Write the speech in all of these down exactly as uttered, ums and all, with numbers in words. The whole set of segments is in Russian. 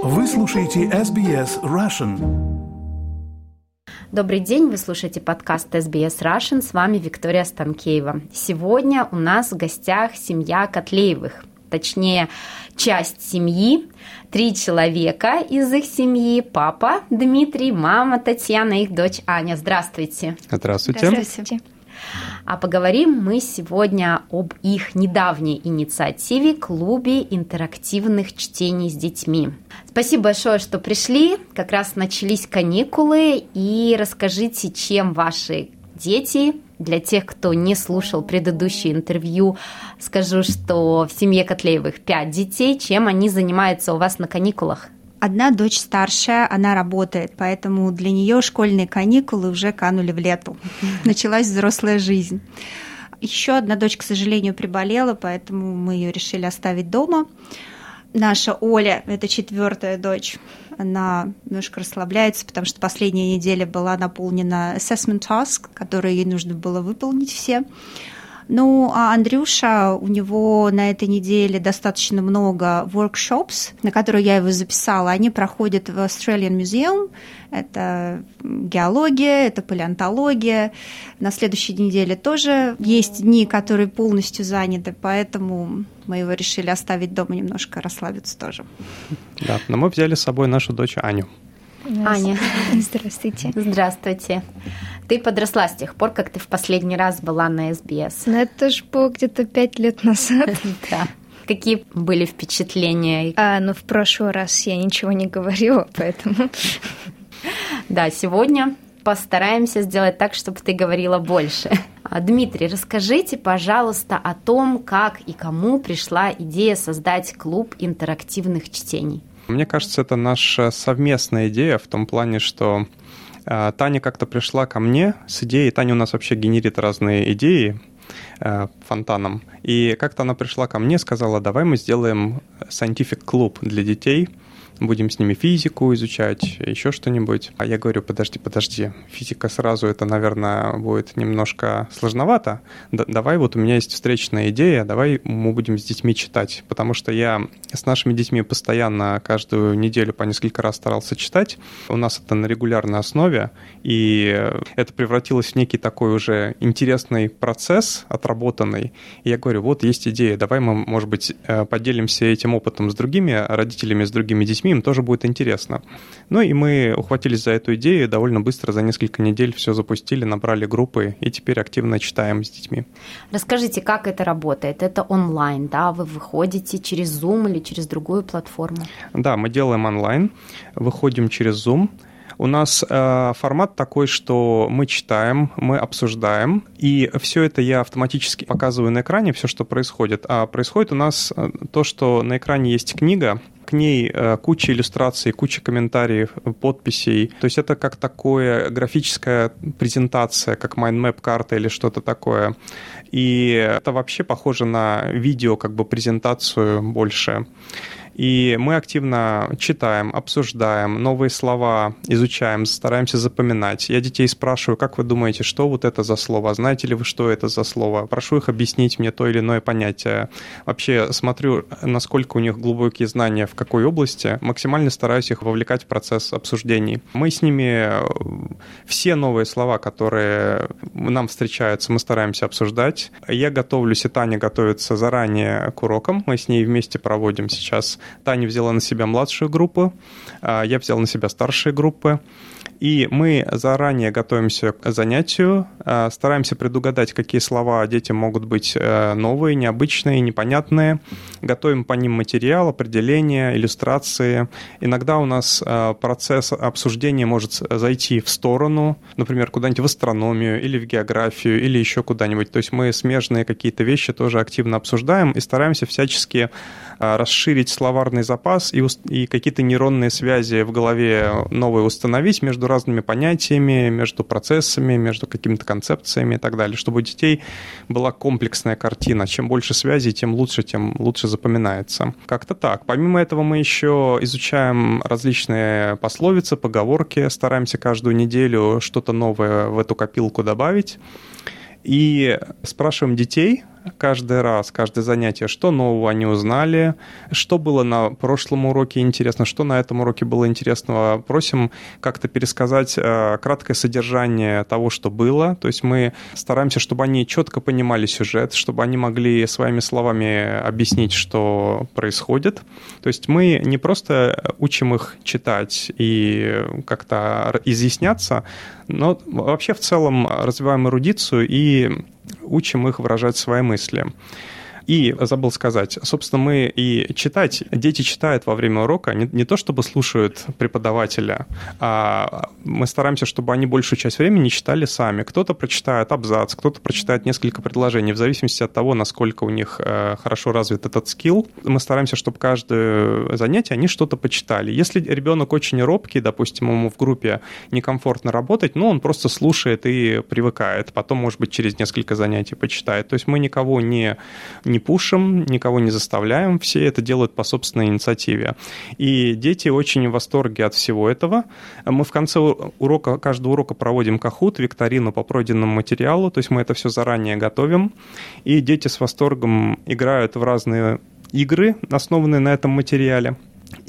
Вы слушаете эс би эс Russian. Добрый день, вы слушаете подкаст эс би эс Russian, с вами Виктория Станкеева. Сегодня у нас в гостях семья Котлеевых, точнее, часть семьи, три человека из их семьи, папа Дмитрий, мама Татьяна, их дочь Аня. Здравствуйте. Здравствуйте. Здравствуйте. А поговорим мы сегодня об их недавней инициативе «Клубе интерактивных чтений с детьми». Спасибо большое, что пришли. Как раз начались каникулы. И расскажите, чем ваши дети, для тех, кто не слушал предыдущее интервью, скажу, что в семье Котлеевых пять детей, чем они занимаются у вас на каникулах? Одна дочь старшая, она работает, поэтому для нее школьные каникулы уже канули в лету. Началась взрослая жизнь. Еще одна дочь, к сожалению, приболела, поэтому мы ее решили оставить дома. Наша Оля, это четвертая дочь, она немножко расслабляется, потому что последняя неделя была наполнена assessment task, которые ей нужно было выполнить все. Ну, а Андрюша, у него на этой неделе достаточно много workshops, на которые я его записала. Они проходят в Australian Museum. Это геология, это палеонтология. На следующей неделе тоже есть дни, которые полностью заняты, поэтому мы его решили оставить дома, немножко расслабиться тоже. Да, но мы взяли с собой нашу дочь Аню. Аня. Здравствуйте. Здравствуйте. Ты подросла с тех пор, как ты в последний раз была на эс би эс. Ну, это же было где-то пять лет назад. Да. Какие были впечатления? А, ну, в прошлый раз я ничего не говорила, поэтому... Да, сегодня постараемся сделать так, чтобы ты говорила больше. Дмитрий, расскажите, пожалуйста, о том, как и кому пришла идея создать клуб интерактивных чтений. Мне кажется, это наша совместная идея в том плане, что э, Таня как-то пришла ко мне с идеей. Таня у нас вообще генерит разные идеи э, фонтаном. И как-то она пришла ко мне, сказала, давай мы сделаем scientific клуб для детей. Будем с ними физику изучать, еще что-нибудь. А я говорю, подожди, подожди, физика сразу, это, наверное, будет немножко сложновато. Д- давай, вот у меня есть встречная идея, давай мы будем с детьми читать. Потому что я с нашими детьми постоянно каждую неделю по несколько раз старался читать. У нас это на регулярной основе, и это превратилось в некий такой уже интересный процесс, отработанный. И я говорю, вот есть идея, давай мы, может быть, поделимся этим опытом с другими родителями, с другими детьми, им тоже будет интересно. Ну и мы ухватились за эту идею, довольно быстро, за несколько недель все запустили, набрали группы и теперь активно читаем с детьми. Расскажите, как это работает? Это онлайн, да? Вы выходите через Zoom или через другую платформу? Да, мы делаем онлайн, выходим через Zoom. У нас э, формат такой, что мы читаем, мы обсуждаем, и все это я автоматически показываю на экране, все, что происходит. А происходит у нас то, что на экране есть книга, к ней э, куча иллюстраций, куча комментариев, подписей. То есть это как такая графическая презентация, как майндмэп-карта или что-то такое. И это вообще похоже на видео, как бы презентацию больше. И мы активно читаем, обсуждаем, новые слова изучаем, стараемся запоминать. Я детей спрашиваю, как вы думаете, что вот это за слово? Знаете ли вы, что это за слово? Прошу их объяснить мне то или иное понятие. Вообще смотрю, насколько у них глубокие знания в какой области. Максимально стараюсь их вовлекать в процесс обсуждений. Мы с ними все новые слова, которые нам встречаются, мы стараемся обсуждать. Я готовлюсь, и Таня готовится заранее к урокам. Мы с ней вместе проводим сейчас. Таня взяла на себя младшую группу, я взял на себя старшие группы. И мы заранее готовимся к занятию, стараемся предугадать, какие слова детям могут быть новые, необычные, непонятные. Готовим по ним материал, определения, иллюстрации. Иногда у нас процесс обсуждения может зайти в сторону, например, куда-нибудь в астрономию или в географию, или еще куда-нибудь. То есть мы смежные какие-то вещи тоже активно обсуждаем и стараемся всячески расширить словарный запас и, и какие-то нейронные связи в голове новые установить между разными понятиями, между процессами, между какими-то концепциями и так далее, чтобы у детей была комплексная картина. Чем больше связей, тем лучше, тем лучше запоминается. Как-то так. Помимо этого мы еще изучаем различные пословицы, поговорки, стараемся каждую неделю что-то новое в эту копилку добавить. И спрашиваем детей, каждый раз, каждое занятие, что нового они узнали, что было на прошлом уроке интересно, что на этом уроке было интересного. Просим как-то пересказать краткое содержание того, что было. То есть мы стараемся, чтобы они четко понимали сюжет, чтобы они могли своими словами объяснить, что происходит. То есть мы не просто учим их читать и как-то изъясняться, но вообще в целом развиваем эрудицию и учим их выражать свои мысли. И забыл сказать, собственно, мы и читать, дети читают во время урока не, не то, чтобы слушают преподавателя, а мы стараемся, чтобы они большую часть времени читали сами. Кто-то прочитает абзац, кто-то прочитает несколько предложений, в зависимости от того, насколько у них хорошо развит этот скилл. Мы стараемся, чтобы каждое занятие они что-то почитали. Если ребенок очень робкий, допустим, ему в группе некомфортно работать, ну, он просто слушает и привыкает. Потом, может быть, через несколько занятий почитает. То есть мы никого не... не пушим, никого не заставляем, все это делают по собственной инициативе. И дети очень в восторге от всего этого. Мы в конце урока, каждого урока проводим кахут, викторину по пройденному материалу, то есть мы это все заранее готовим, и дети с восторгом играют в разные игры, основанные на этом материале,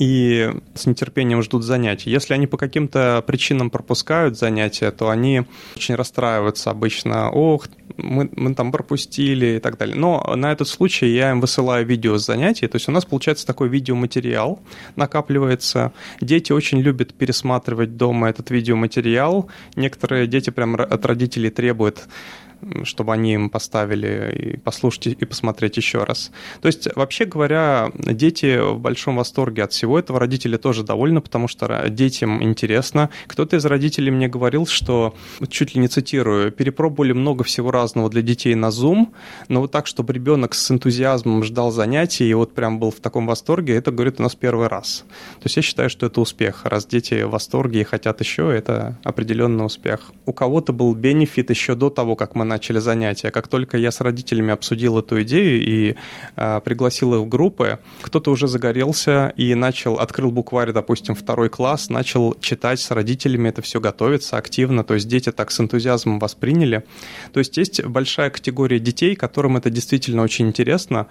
и с нетерпением ждут занятий. Если они по каким-то причинам пропускают занятия, то они очень расстраиваются обычно. Ох, мы, мы там пропустили и так далее. Но на этот случай я им высылаю видео с занятий. То есть у нас получается такой видеоматериал, накапливается. Дети очень любят пересматривать дома этот видеоматериал. Некоторые дети прям от родителей требуют, чтобы они им поставили и послушать, и посмотреть еще раз. То есть, вообще говоря, дети в большом восторге от всего этого, родители тоже довольны, потому что детям интересно. Кто-то из родителей мне говорил, что, чуть ли не цитирую, перепробовали много всего разного для детей на Zoom, но вот так, чтобы ребенок с энтузиазмом ждал занятий и вот прям был в таком восторге, это, говорит, у нас первый раз. То есть я считаю, что это успех. Раз дети в восторге и хотят еще, это определенный успех. У кого-то был бенефит еще до того, как мы начали занятия. Как только я с родителями обсудил эту идею и э, пригласил их в группы, кто-то уже загорелся и начал, открыл букварь, допустим, второй класс, начал читать с родителями, это все готовится активно, то есть дети так с энтузиазмом восприняли. То есть есть большая категория детей, которым это действительно очень интересно,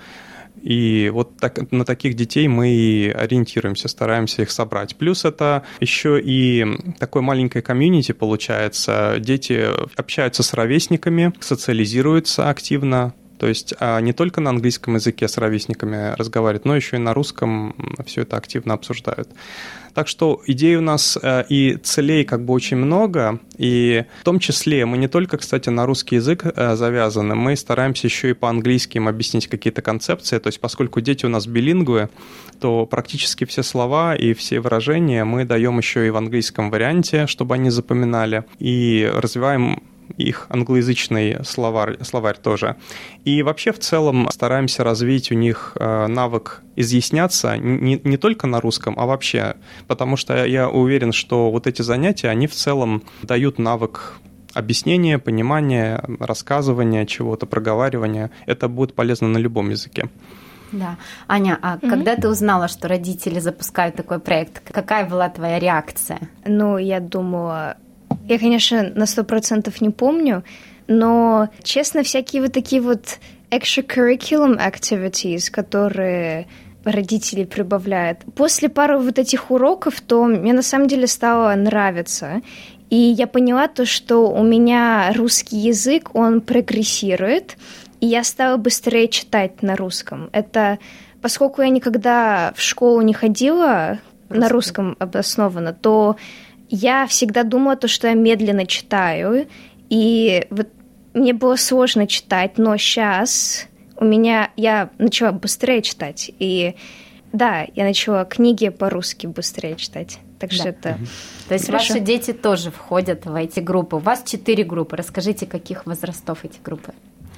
и вот так, на таких детей мы и ориентируемся, стараемся их собрать. Плюс это еще и такое маленькое комьюнити получается. Дети общаются с ровесниками, социализируются активно. То есть не только на английском языке с ровесниками разговаривают, но еще и на русском все это активно обсуждают. Так что идей у нас и целей как бы очень много, и в том числе мы не только, кстати, на русский язык завязаны, мы стараемся еще и по-английски им объяснить какие-то концепции, то есть поскольку дети у нас билингвы, то практически все слова и все выражения мы даем еще и в английском варианте, чтобы они запоминали, и развиваем их англоязычный словарь, словарь тоже. И вообще в целом стараемся развить у них навык изъясняться не, не только на русском, а вообще, потому что я уверен, что вот эти занятия, они в целом дают навык объяснения, понимания, рассказывания чего-то, проговаривания. Это будет полезно на любом языке. Да. Аня, а mm-hmm. когда ты узнала, что родители запускают такой проект, какая была твоя реакция? Ну, я думала... Я, конечно, на сто процентов не помню, но, честно, всякие вот такие вот extracurriculum activities, которые родители прибавляют. После пары вот этих уроков, то мне на самом деле стало нравиться. И я поняла то, что у меня русский язык, он прогрессирует, и я стала быстрее читать на русском. Это поскольку я никогда в школу не ходила Русский. на русском обоснованно, то... Я всегда думала, то, что я медленно читаю, и вот мне было сложно читать, но сейчас у меня я начала быстрее читать, и да, я начала книги по-русски быстрее читать. Так что да. это То есть хорошо. Ваши дети тоже входят в эти группы. У вас четыре группы. Расскажите, каких возрастов эти группы?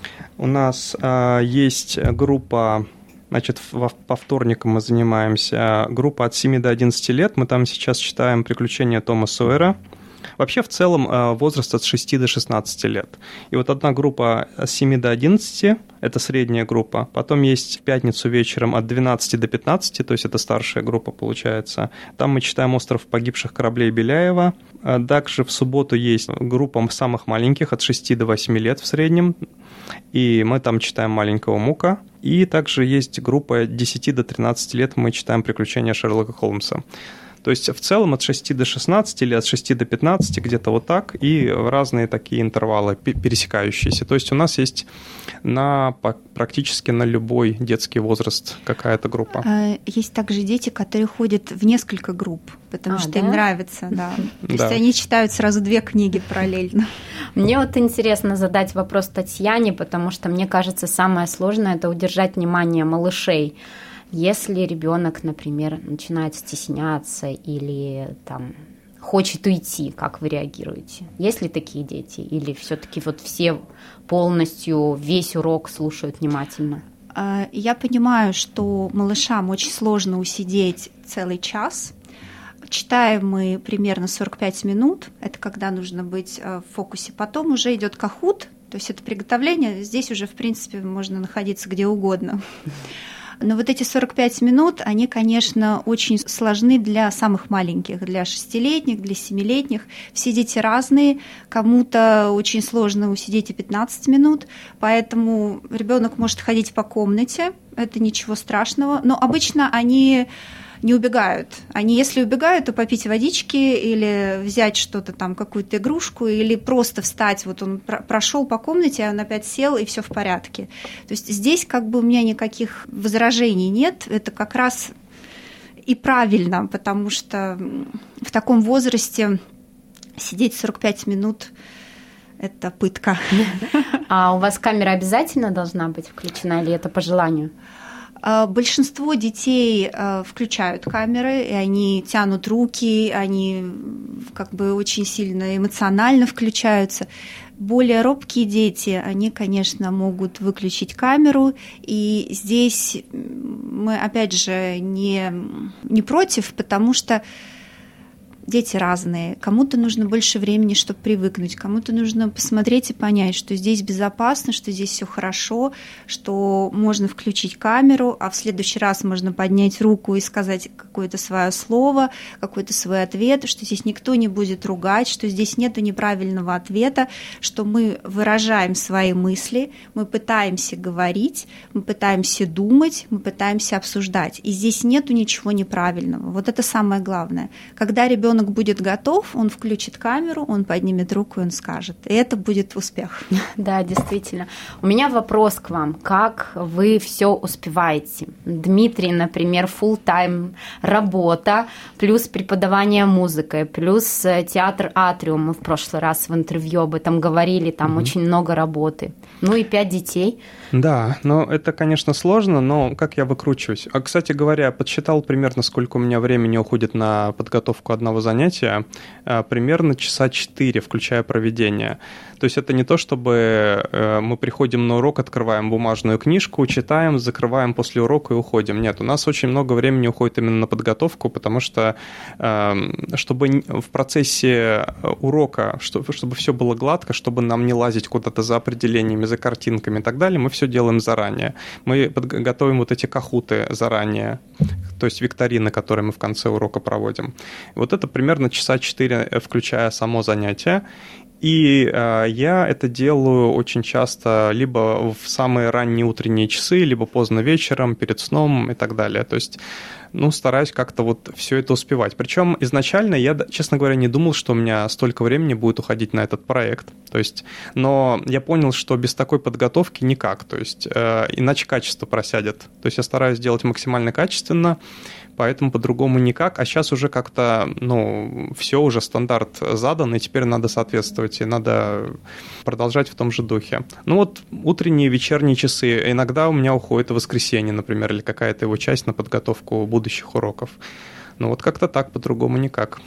У нас э, есть группа. Значит, по вторникам мы занимаемся. Группа от семи до одиннадцати лет. Мы там сейчас читаем «Приключения Тома Сойера». Вообще, в целом, возраст от шести до шестнадцати лет. И вот одна группа с семи до одиннадцати, это средняя группа. Потом есть в пятницу вечером от двенадцати до пятнадцати, то есть это старшая группа получается. Там мы читаем «Остров погибших кораблей» Беляева. Также в субботу есть группа самых маленьких, от шести до восьми лет в среднем. И мы там читаем «Маленького Мука». И также есть группа от десяти до тринадцати лет, мы читаем «Приключения Шерлока Холмса». То есть в целом от шести до шестнадцати или от шести до пятнадцати, где-то вот так, и разные такие интервалы пересекающиеся. То есть у нас есть на, практически на любой детский возраст какая-то группа. Есть также дети, которые ходят в несколько групп, потому а, что да? им нравится. Да. То есть да. они читают сразу две книги параллельно. Мне вот интересно задать вопрос Татьяне, потому что мне кажется, самое сложное – это удержать внимание малышей. Если ребенок, например, начинает стесняться или там хочет уйти, как вы реагируете? Есть ли такие дети? Или все-таки вот все полностью весь урок слушают внимательно? Я понимаю, что малышам очень сложно усидеть целый час. Читаем мы примерно сорок пять минут. Это когда нужно быть в фокусе. Потом уже идет кахут, то есть это приготовление. Здесь уже, в принципе, можно находиться где угодно. Но вот эти сорок пять минут, они, конечно, очень сложны для самых маленьких, для шестилетних, для семилетних. Все дети разные, кому-то очень сложно усидеть и пятнадцать минут, поэтому ребенок может ходить по комнате, это ничего страшного, но обычно они не убегают. Они, если убегают, то попить водички или взять что-то там, какую-то игрушку, или просто встать. Вот он прошел по комнате, он опять сел, и все в порядке. То есть здесь как бы у меня никаких возражений нет. Это как раз и правильно, потому что в таком возрасте сидеть сорок пять минут – это пытка. А у вас камера обязательно должна быть включена, или это по желанию? Большинство детей включают камеры, и они тянут руки, они как бы очень сильно эмоционально включаются. Более робкие дети, они, конечно, могут выключить камеру, и здесь мы, опять же, не, не против, потому что дети разные. Кому-то нужно больше времени, чтобы привыкнуть, кому-то нужно посмотреть и понять, что здесь безопасно, что здесь все хорошо, что можно включить камеру, а в следующий раз можно поднять руку и сказать какое-то свое слово, какой-то свой ответ, что здесь никто не будет ругать, что здесь нет неправильного ответа, что мы выражаем свои мысли, мы пытаемся говорить, мы пытаемся думать, мы пытаемся обсуждать. И здесь нету ничего неправильного. Вот это самое главное. Когда ребенок будет готов, он включит камеру, он поднимет руку и он скажет. И это будет успех. Да, действительно. У меня вопрос к вам. Как вы все успеваете? Дмитрий, например, фулл-тайм работа, плюс преподавание музыкой, плюс театр «Атриум». Мы в прошлый раз в интервью об этом говорили, там угу. очень много работы. Ну и пять детей. Да, но это, конечно, сложно, но как я выкручиваюсь? А, кстати говоря, подсчитал примерно, сколько у меня времени уходит на подготовку одного занятия, примерно часа четыре, включая проведение. То есть это не то, чтобы мы приходим на урок, открываем бумажную книжку, читаем, закрываем после урока и уходим. Нет, у нас очень много времени уходит именно на подготовку, потому что чтобы в процессе урока, чтобы все было гладко, чтобы нам не лазить куда-то за определениями, за картинками и так далее, мы все делаем заранее. Мы готовим вот эти кахуты заранее, то есть викторины, которые мы в конце урока проводим. Вот это примерно часа четыре, включая само занятие. И э, я это делаю очень часто либо в самые ранние утренние часы, либо поздно вечером, перед сном и так далее. То есть, ну, стараюсь как-то вот все это успевать. Причем изначально я, честно говоря, не думал, что у меня столько времени будет уходить на этот проект. То есть, но я понял, что без такой подготовки никак. То есть, э, иначе качество просядет. То есть я стараюсь делать максимально качественно, поэтому по-другому никак. А сейчас уже как-то, ну, все уже стандарт задан, и теперь надо соответствовать, и надо продолжать в том же духе. Ну вот утренние, вечерние часы. Иногда у меня уходит в воскресенье, например, или какая-то его часть на подготовку будущих уроков. Ну вот как-то так, по-другому никак.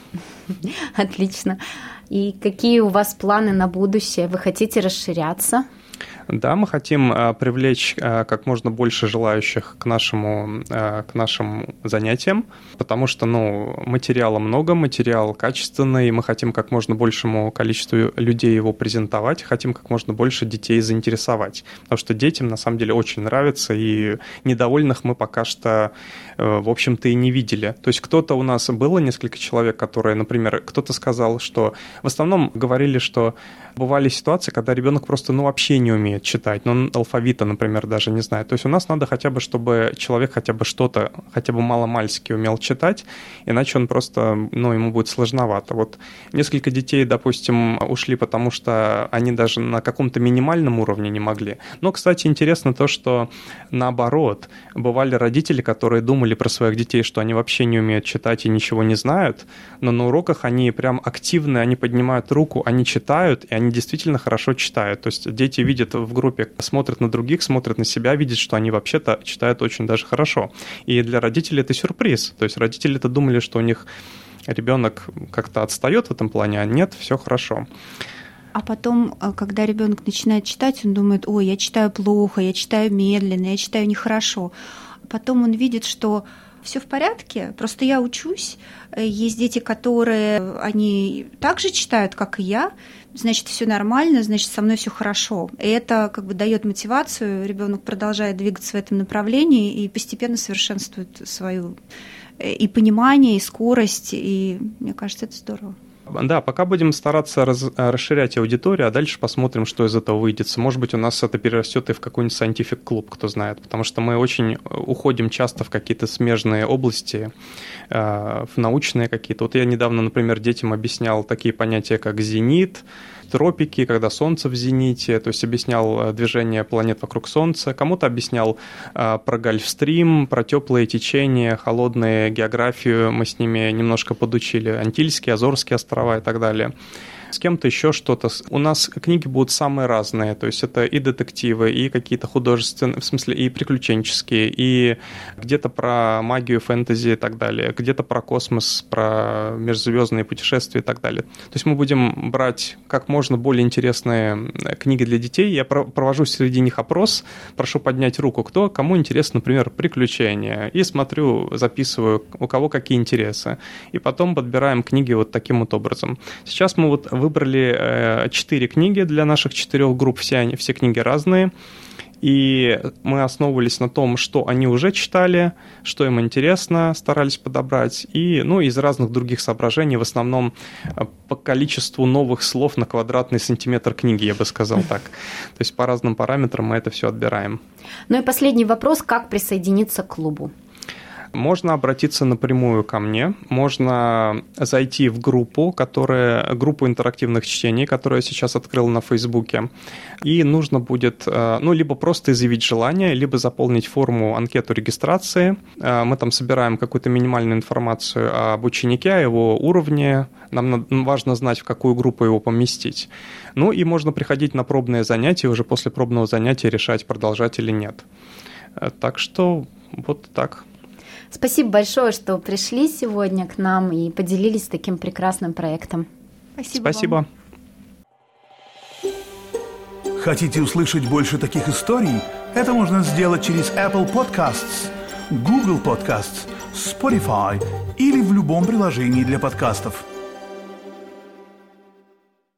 Отлично. И какие у вас планы на будущее? Вы хотите расширяться? Да, мы хотим а, привлечь а, как можно больше желающих к нашему, а, к нашим занятиям, потому что, ну, материала много, материал качественный, и мы хотим как можно большему количеству людей его презентовать, хотим как можно больше детей заинтересовать, потому что детям на самом деле очень нравится, и недовольных мы пока что, в общем-то, и не видели. То есть кто-то у нас было, несколько человек, которые, например, кто-то сказал, что в основном говорили, что бывали ситуации, когда ребенок просто, ну, вообще не умеет читать, ну, он алфавита, например, даже не знает. То есть у нас надо хотя бы, чтобы человек хотя бы что-то, хотя бы маломальски умел читать, иначе он просто, ну, ему будет сложновато. Вот несколько детей, допустим, ушли, потому что они даже на каком-то минимальном уровне не могли. Но, кстати, интересно то, что наоборот, бывали родители, которые думали про своих детей, что они вообще не умеют читать и ничего не знают, но на уроках они прям активны, они поднимают руку, они читают, и они действительно хорошо читают. То есть дети видят в группе, смотрят на других, смотрят на себя, видят, что они вообще-то читают очень даже хорошо. И для родителей это сюрприз. То есть родители-то думали, что у них ребенок как-то отстает в этом плане, а нет, все хорошо. А потом, когда ребенок начинает читать, он думает: ой, я читаю плохо, я читаю медленно, я читаю нехорошо. Потом он видит, что все в порядке, просто я учусь. Есть дети, которые они так же читают, как и я, значит, все нормально, значит, со мной все хорошо. И это как бы дает мотивацию, ребенок продолжает двигаться в этом направлении и постепенно совершенствует свою и понимание, и скорость, и мне кажется, это здорово. Да, пока будем стараться раз, расширять аудиторию, а дальше посмотрим, что из этого выйдет. Может быть, у нас это перерастет и в какой-нибудь scientific клуб, кто знает, потому что мы очень уходим часто в какие-то смежные области, в научные какие-то. Вот я недавно, например, детям объяснял такие понятия, как зенит, тропики, когда Солнце в зените, то есть объяснял движение планет вокруг Солнца, кому-то объяснял а, про Гольфстрим, про теплые течения, холодные, географию мы с ними немножко подучили, Антильские, Азорские острова и так далее. С кем-то еще что-то. У нас книги будут самые разные, то есть это и детективы, и какие-то художественные, в смысле и приключенческие, и где-то про магию, фэнтези и так далее, где-то про космос, про межзвездные путешествия и так далее. То есть мы будем брать как можно более интересные книги для детей. Я провожу среди них опрос, прошу поднять руку, кто, кому интересно, например, приключения, и смотрю, записываю, у кого какие интересы, и потом подбираем книги вот таким вот образом. Сейчас мы вот выбрали четыре книги для наших четырех групп, все, они, все книги разные, и мы основывались на том, что они уже читали, что им интересно, старались подобрать, и, ну, из разных других соображений, в основном по количеству новых слов на квадратный сантиметр книги, я бы сказал так. То есть по разным параметрам мы это все отбираем. Ну и последний вопрос, как присоединиться к клубу? Можно обратиться напрямую ко мне, можно зайти в группу, которая, группу интерактивных чтений, которую я сейчас открыл на Фейсбуке, и нужно будет, ну, либо просто изъявить желание, либо заполнить форму, анкету регистрации. Мы там собираем какую-то минимальную информацию об ученике, о его уровне, нам важно знать, в какую группу его поместить. Ну и можно приходить на пробные занятия, уже после пробного занятия решать, продолжать или нет. Так что вот так. Спасибо большое, что пришли сегодня к нам и поделились таким прекрасным проектом. Спасибо. Спасибо. Хотите услышать больше таких историй? Это можно сделать через Apple Podcasts, Google Podcasts, Spotify или в любом приложении для подкастов.